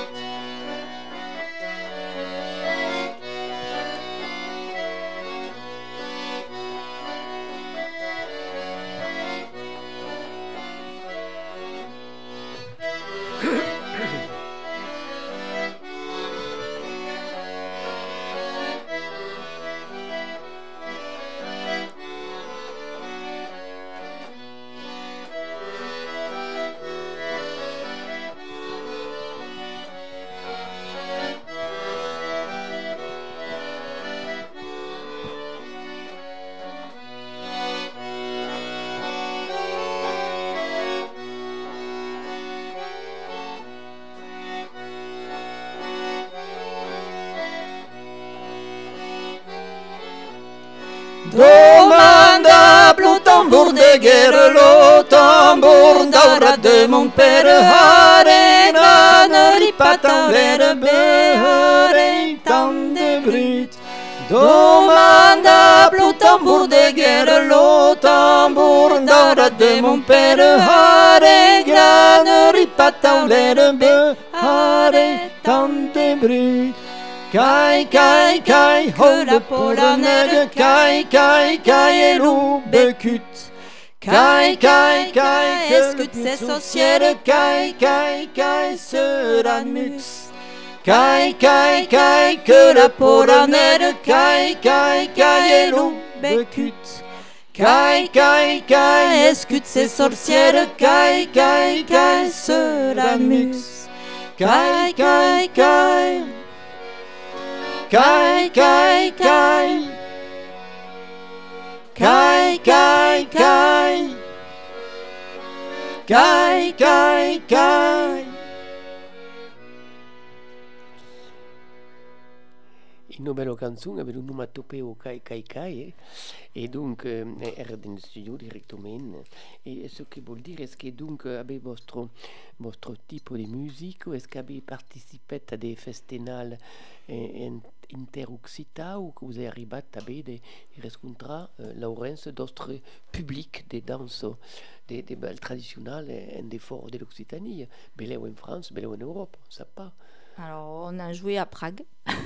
D: Domandable au tambour de guerre, le tambour d'ara de mon père, hare grane ripataure behare tant de brut. Domandable au tambour de guerre, le tambour d'ora de mon père. Hare grane ripataulere be, hare tant de brut. Kai, kai, kai, ho la polanelle, kai, kai, kai, et l'oubecute. Kai, kai, kai, escut ces sorcières, kai, kai, kai, sera mux. Kai, kai, kai, que la polanelle, kai, kai, kai, et l'oubecute. Kai, kai, kai, escut ces sorcières, kai, kai, kai, sera mux. Kai, kai, kai. Kai, kai, kai. Kai, kai, kai. Kai, kai, kai.
A: Une belle canzone avec un onomatopeo Kai Kai Kai et donc euh, era dans le studio directement et ce que veut dire est-ce que donc avez votre votre type de musique ou est-ce que avez participé à des festivals eh, interoccitans ou que vous avez arrivé à des rencontrer euh, Laurence d'autres publics de danse des des balles traditionnelles et des forts de l'Occitanie, belle en France, belle en Europe, on ne sait pas.
C: Alors, on a joué à Prague,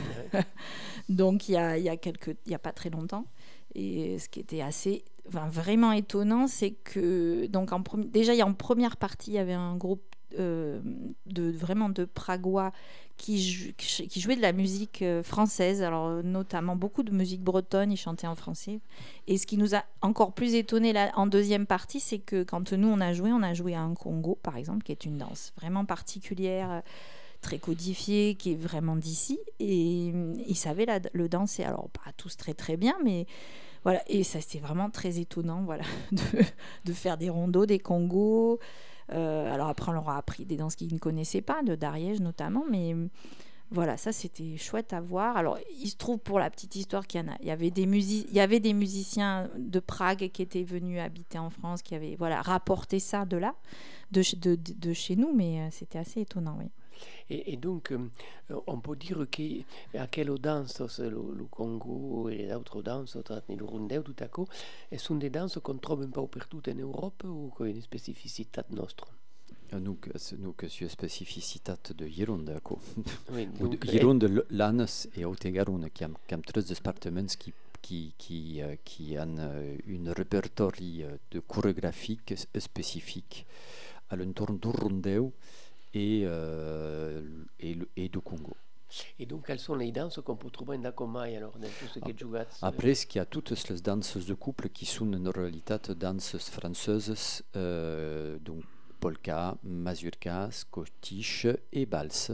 C: donc il y a, il y a quelques, il y a pas très longtemps. Et ce qui était assez, enfin, vraiment étonnant, c'est que donc en prom- déjà, il y a en première partie, il y avait un groupe euh, de vraiment de Pragois qui, jou- qui jouait de la musique euh, française, alors notamment beaucoup de musique bretonne, ils chantaient en français. Et ce qui nous a encore plus étonné là, en deuxième partie, c'est que quand nous on a joué, on a joué à un Congo, par exemple, qui est une danse vraiment particulière. Très codifié, qui est vraiment d'ici, et ils savaient la, le danser. Alors, pas tous très très bien, mais voilà. Et ça, c'était vraiment très étonnant, voilà, de, de faire des rondos, des congos. Euh, alors après, on leur a appris des danses qu'ils ne connaissaient pas, de d'Ariège notamment, mais voilà, ça c'était chouette à voir. Alors, il se trouve, pour la petite histoire, qu'il y en a, il y avait des music- il y avait des musiciens de Prague qui étaient venus habiter en France, qui avaient voilà rapporté ça de là, de, de, de, de chez nous, mais c'était assez étonnant, oui.
A: Et, et donc, euh, on peut dire que à quelle danse le, le Congo et les autres danses, le rondeu, tout à coup, sont des danses qu'on trouve un peu partout en Europe ou qu'il y a une spécificité nostra?
B: Nu, nu que su specificitat de Gironde, ako.
A: Oui,
B: Ou de
A: donc,
B: Gironde, l'Anes et Haute-Garonne, qui ont, qui ont trois départements qui, qui, qui, euh, qui ont euh, une répertoire euh, de chorégraphique spécifique à l'entour du rondeu et, euh, et, le- et du Congo.
A: et donc, quelles sont les danses qu'on peut trouver en Dakomai alors, dans tout ce qui est jougat?
B: Après, il y a toutes les danses de couple qui sont en réalité danses françaises, euh, donc polka, mazurka, scottish et valse,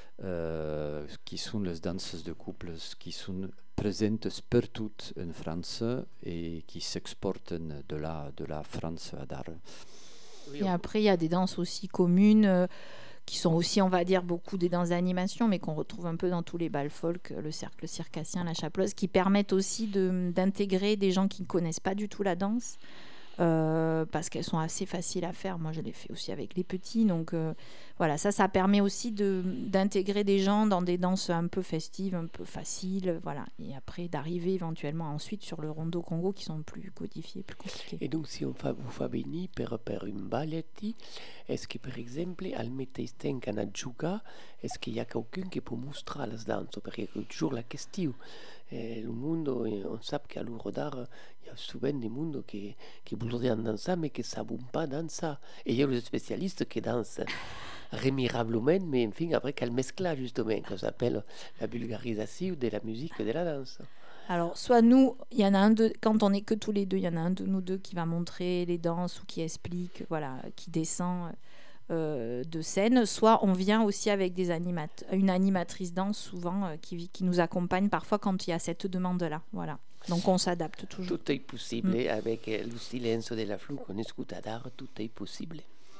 B: euh, qui sont les danses de couple qui sont présentes partout en France et qui s'exportent de la, de la France à Dar.
A: Oui,
C: Et
A: on-
C: après, il y a des danses aussi communes euh, qui sont aussi, on va dire, beaucoup des danses d'animation, mais qu'on retrouve un peu dans tous les bals folk, le cercle circassien, la chapleuse, qui permettent aussi de, d'intégrer des gens qui ne connaissent pas du tout la danse, euh, parce qu'elles sont assez faciles à faire. Moi, je l'ai fait aussi avec les petits. Donc euh, voilà, ça, ça permet aussi de, d'intégrer des gens dans des danses un peu festives, un peu faciles. Voilà. Et après, d'arriver éventuellement ensuite sur le rondo Congo qui sont plus codifiés, plus compliqués.
A: Et donc, si on fa, vous fa venir per, per un balletti, est-ce que, par exemple, al mateix temps qu'en a jugat, est-ce qu'il y a quelqu'un qui peut montrer les danses? Parce qu'il y a toujours la question. Eh, le monde, on sait qu'à l'Eurodar, il y a souvent des mondes qui, qui voudraient danser, mais qui ne savent pas danser. Et il y a les spécialistes qui dansent remirablement, mais enfin, après, qu'elle mescla justement, qu'on s'appelle la vulgarisation de la musique et de la danse.
C: Alors, soit nous, il y en a un de, quand on est que tous les deux, il y en a un de nous deux qui va montrer les danses ou qui explique, voilà, qui descend euh, de scène. Soit on vient aussi avec des animat- une animatrice danse souvent euh, qui, qui nous accompagne parfois quand il y a cette demande-là. Voilà. Donc on s'adapte toujours.
A: Tout est possible mm. avec le silence de la flûte qu'on écoute à Dar, tout est possible.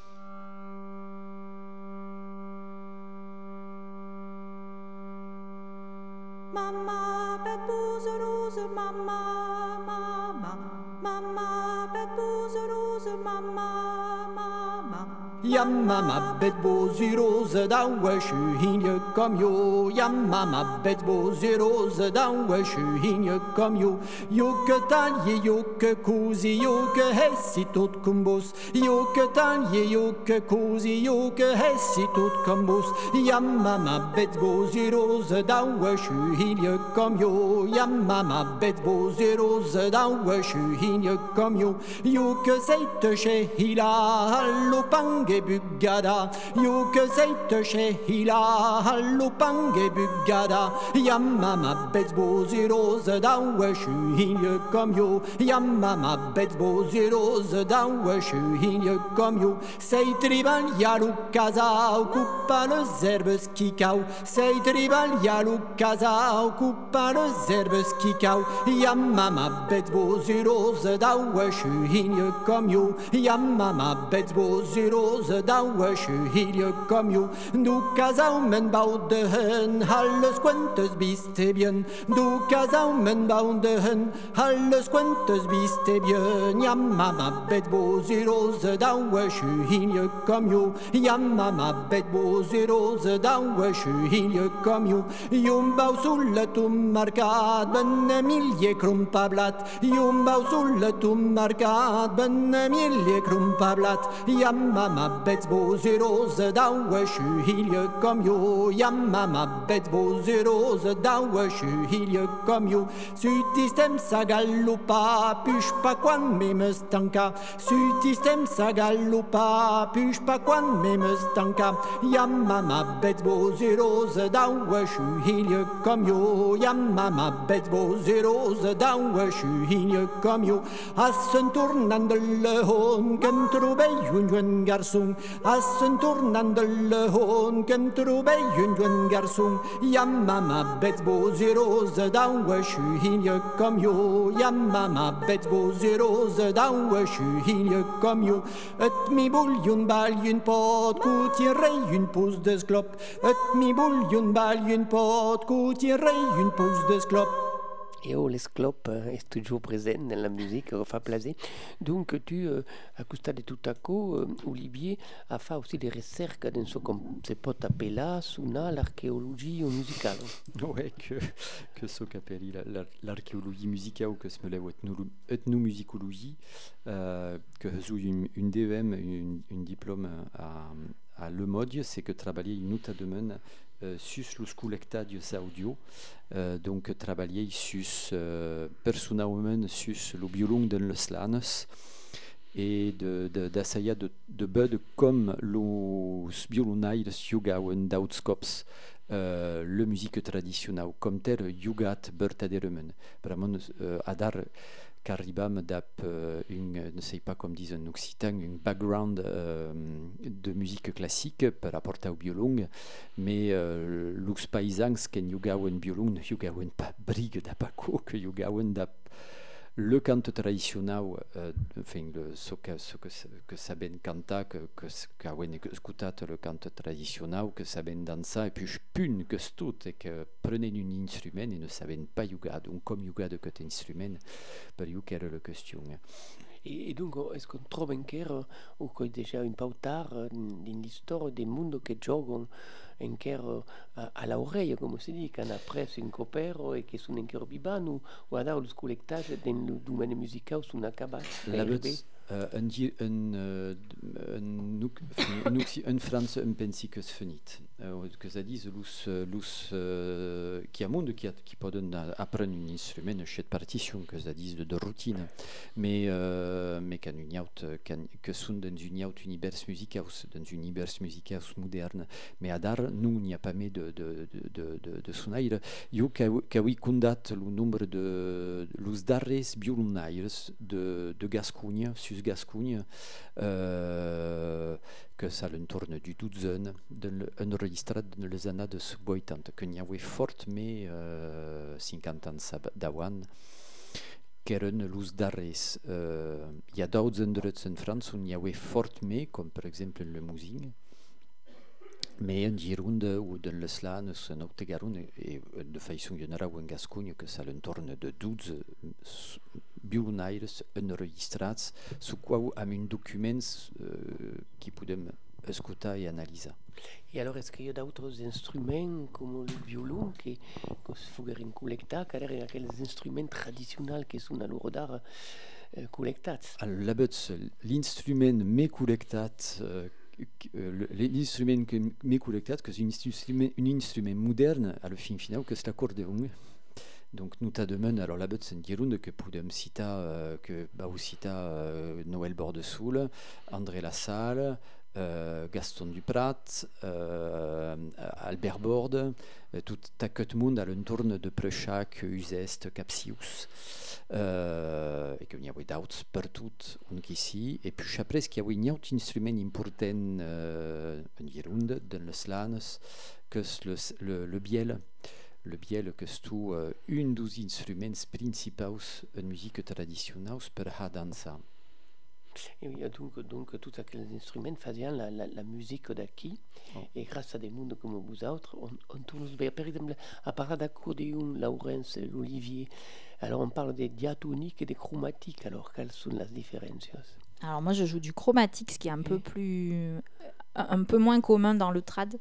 F: Mama, bed boze rose, mama, mama, mama, bed boze rose, mama, mama,
D: Yamma bet bozy rose down where she in you come yo. Yamma bet bozy rose down where she in you come yo. Yo que taglie yo que così yo que hessi tot combos. Yo que taglie yo que così yo que hessi tot combos. Yamma bet bozy rose down where she in you come yo. Yamma bet bozy rose down where she in you come yo. Yo que sei te shehila allo pang Bugada, you que seite shehila, hallo pange bugada, Yamma bet bozy rose down where she in you come yo, Yamma bet bozy rose down where she in you come yo, sei tribal yalu casa, occupa les herbes kikau, sei tribal yalu casa, occupa les herbes kikau, Yamma bet bozy rose down where she in you come yo, Yamma bet bozy rose down where she hier kom jo. Du kazau men bouw de hen, alles quantes biste bien. Du kazau men bouw de hen, alles quantes biste bien. Yamma bet bozy rose down where she hier kom jo. Yamma bet bozy rose down where she hier kom jo. Jum bouw sulle tum markat, ben Emilie krumpablat. Jum bouw sulle tum markat, ben Emilie krumpablat. Yamma bet bozy rose down where she hier kom jo. Yamma bet bozy rose down where she hier kom jo. Sutistem sa gallopa, push pa quan me me stanca. Sutistem sa gallopa, push pa quan me me stanca. Yamma bet bozy rose down where she hier kom jo. Yamma bet bozy rose down where she hier kom jo. Assen tournant le hon, kem troubei un jeune garçon. Assen tournant le hon, kem troubei un jeune garçon. Yamma bet bozy rose down where she hier kom jo. Yamma bet bozy rose down where she hier kom jo. Et mi boule une balle, une pote, coutierai une pousse de sclope. Et mi boule une balle, une pote, coutierai une pousse de sclope.
A: Et oh, l'esclope euh, est toujours présent dans la musique, euh, fa plaisir. Donc tu, euh, à causa de tout à coup, euh, Olivier a fait aussi des recherches dans ce qu'on se peut appeler suna l'archéologie musicale.
B: Ouais, que, que ce qu'appelle la, la, l'archéologie musicale, que ce me lève ethnomusicologie, euh, que j'ai une, une D E M, une, une diplôme à, à Le Modieu, c'est que travailler une autre domaine Euh, sus los collectadios audio, euh, donc travailler sus euh, personalment sus lo violon dans les slanes et de d'essayer de, de, de bud comme los violonaires jugauen d'outscops euh, le musique traditionnelle comme tel jugat vertaderement vraiment euh, adar qu'arribam d'ap euh, une, ne sais pas comme disent en occitan, un background euh, de musique classique par rapport au violon, mais euh, lux paysans qu'en jugauen violon ne jugauen pas brigue d'apaco, que jugauen d'ap le canto traditionnel, euh, enfin, le, ce que, ce que, que saben cantar, que, que, qu'auen écoutat le canto traditionnel, que saben danser, et puis je pune que c'est tout, et que prenaient un instrument et ne saben pas jugar, donc comme jugar de cet instrument, per jugar era la question.
A: Et, et donc, est-ce qu'on trouve encore, ou que déjà un peu tard, dans l'histoire des mondes qui jouent encore à, à l'oreille, comme on se dit, qu'on a preso un copero et qui sont encore vivants, ou, ou à le collectage dans le domaine musical sont acabés?
B: La bête, euh, un, un, euh, un, un, un France, un pensi que c'est fini. Euh, que ça dise, lus, lus, euh, qui a monde qui, a, qui peut apprendre un instrument, cette partition, que ça dise de, de routine, mais euh, mais qu'un out, que sont dans une out univers musical, dans un univers musical moderne, mais à dar nous il n'y a pas mis de de de de de sonaire. Yo qu'aui condat le nombre de los darres violonaires de de Gascogne, sus Gascogne, euh, que ça l'entourne du douzaine, enregistré dans les années de soixante, que n'y avait fort mais euh, cinquante ans d'avant. Qu'eren los darres. Il euh, y a d'autres endroits en France où il y avait fort mais, comme par exemple le Mousing, mais en Gironde ou dans les Slanes, en Haute-Garonne, et de façon générale en Gascogne, que ça l'entourne de douze violonaires enregistrés, sur quoi am un document euh, qui pouvait Pescuta et Annalisa.
A: Et alors, est-ce qu'il y a d'autres instruments comme le violon que, que se fuggerin collectar, car il y a quelques instruments traditionnels qui sont à l'Urodar euh, collectats?
B: Alors, là-bas, l'instrument me collectat, euh, l'instrument que me collectat, que c'est un instrument, un instrument moderne, à le fin final, que c'est l'accordéon. Donc nous t'ademons, alors là-bas c'est une guéronde que podem cita, euh, que bah cita euh, Noël Bordesoul, André Lassalle, euh, Gaston Duprat, euh, Albert Borde, euh, tout aquest monde à l'entorn de Preuchac, Uzest, Capsius, euh, et qu'il y a d'autres partout ici. Et puis après, il y a un autre instrument important euh, en guéronde dans les slanes, que c'est le, le, le biel. Le biel que c'est uh, un des instruments principaux en musique traditionnelle pour la danse.
A: Et oui, donc, donc tous ces instruments faisaient la, la, la musique d'ici. Oh. Et grâce à des mondes comme vous autres, on, on tourne bien. Par exemple, à part d'accordéon, Laurence, l'Olivier, alors on parle des diatoniques et des chromatiques. Alors, quelles sont les différences?
C: Alors moi, je joue du chromatique, ce qui est un peu plus, un peu moins commun dans le trad.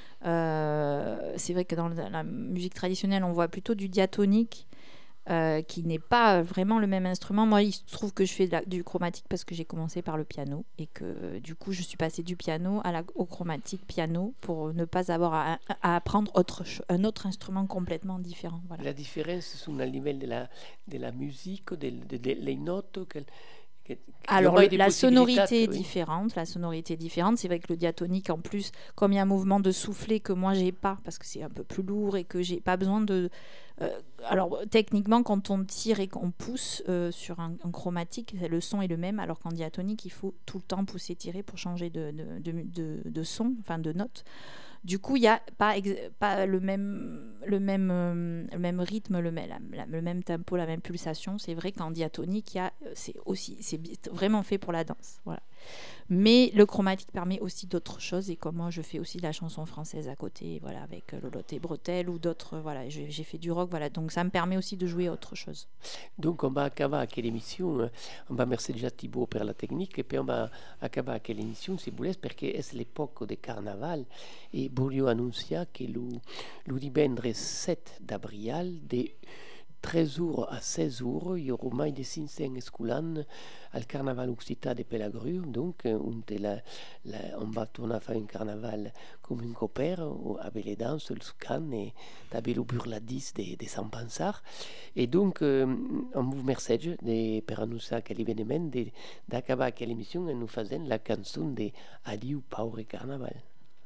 C: Euh, c'est vrai que dans la, la musique traditionnelle, on voit plutôt du diatonique, euh, qui n'est pas vraiment le même instrument. Moi, il se trouve que je fais de la, du chromatique parce que j'ai commencé par le piano et que euh, du coup, je suis passée du piano à la, au chromatique piano pour ne pas avoir à, à apprendre autre, un autre instrument complètement différent. Voilà.
A: La différence, c'est au niveau de la, de la musique, des de, de, de, notes qu'elle...
C: Alors le, la sonorité est oui. différente, la sonorité est différente. C'est vrai que le diatonique, en plus, comme il y a un mouvement de soufflet que moi j'ai pas, parce que c'est un peu plus lourd et que j'ai pas besoin de. Euh, alors techniquement, quand on tire et qu'on pousse euh, sur un, un chromatique, le son est le même, alors qu'en diatonique, il faut tout le temps pousser, tirer pour changer de, de, de, de, de son, enfin de note. Du coup, il n'y a pas, ex- pas le, même, le, même, euh, le même rythme, le même, la, le même tempo, la même pulsation. C'est vrai qu'en diatonique, il y a, c'est, aussi, c'est vraiment fait pour la danse. Voilà. Mais le chromatique permet aussi d'autres choses. Et comme moi, je fais aussi de la chanson française à côté, voilà, avec Lolotte et Bretelles ou d'autres. Voilà, j'ai, j'ai fait du rock. Voilà, donc ça me permet aussi de jouer autre chose.
A: Donc on va acabar avec l'émission. On va remercier déjà Thibaut pour la technique. Et puis on va acabar avec l'émission, si vous voulez, parce que c'est l'époque du carnaval. Et voglio annunciare che lo, lo divendres sept d'avril, de treize heures à seize heures, il y aura mai de cinq cents escolans al carnaval occitan de Pelagru. Donc, on, la, la, on va tornar a faire un carnaval comme un coper, avec les danses, le scan et avec le burladis de, de Sant Pensar. Et donc, euh, on vous remercie de, per annunciar que l'événement, d'acabar avec l'émission et nous faisons la chanson de Adieu Pauvre Carnaval.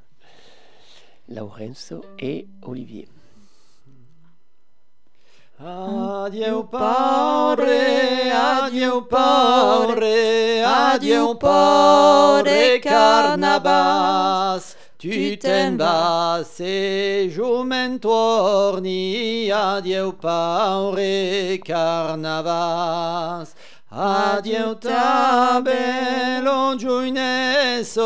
A: Laurenzo et Olivier.
D: Adieu pauvre, adieu pauvre, adieu pauvre Carnavas. Tu t'en vas et je m'en torni, adieu pauvre Carnavas. Adieu ta belle jeunesse,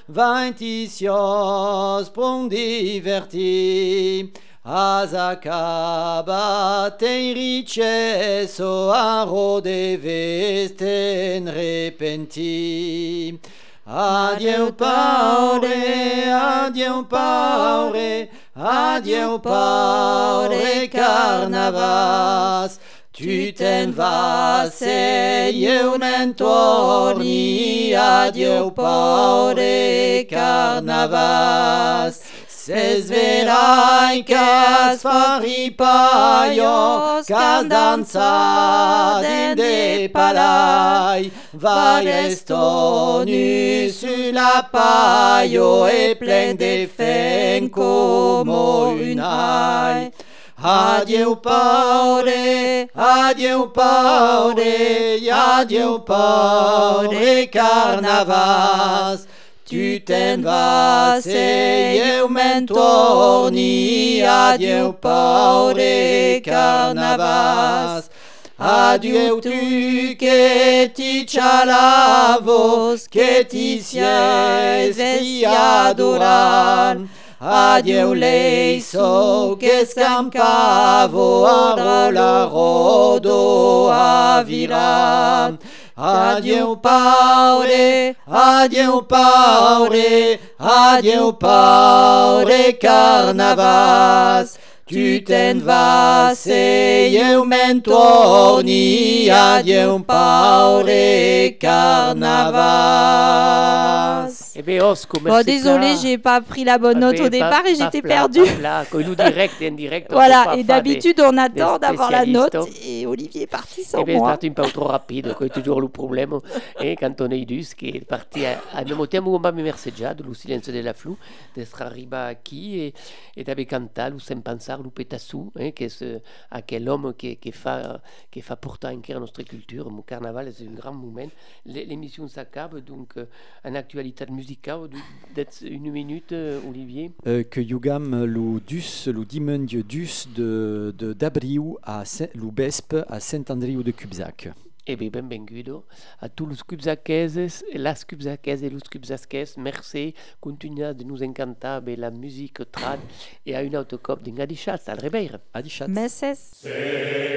D: vingt-six pour divertir. As acabat en richesse, a rode vesten repenti. Adieu pauvre, adieu pauvre, adieu pauvre Carnavas. Tu t'en vas et je m'en torni, adieu pauvre Carnavas. Ses verai cas faripaios, cas dansaden de palai, varies tonu sur la paio et plein de fen como une aille. Adieu pauvre, adieu pauvre, adieu pauvre Carnavas. Tu t'en vas et je m'en torni, adieu pauvre Carnavas. Adieu tu que ti chalavos, que ti sies adoran. Adieu leiso que scampavo a rola rodo a viran. Adieu paure, adieu paure, adieu paure carnavas. Tu te'n vas e eu me'n torni, adieu paure carnavas.
A: Eh bien, Osco,
C: Bon,
A: merci.
C: désolé, j'ai pas pris la bonne note au départ et j'étais perdue.
A: Là, quand nous direct et indirect. on peut
C: Voilà,
A: pas
C: et
A: faire
C: d'habitude,
A: des-
C: on attend
A: des
C: d'avoir la note
A: spécialistes.
C: et Olivier est parti sans
A: Eh bien, c'est
C: moi.
A: parti un peu trop rapide, c'est toujours le problème. Et quand on est dus, qui est parti à, à même tempo on va me merseggiato, lo silenzio della flu, d'être arriba qui et, et d'aver cantat, lo sem pensar, lo petassou, eh, que c'est à quel homme qui, qui fa, qui fa porter en cœur notre culture. Mon carnaval, c'est un grand moment. L'é- L'émission s'accable, donc, euh, en actualité musicale, d'être une minute, euh, Olivier.
B: Euh, que jugam lo dus, lo dimanche dus de, de d'abriu a Saint- lo besp a Saint-Andriu de Cubzac.
A: Eh bien, benvenuto a tous los cubzaqueses, las cubzaqueses et los cubzaqueses. Merci, continuez de nous encanter avec la musique trad et à une autre cop d'Ingadichat, al Ribeira.
B: Adichat.
C: Messes.
D: Se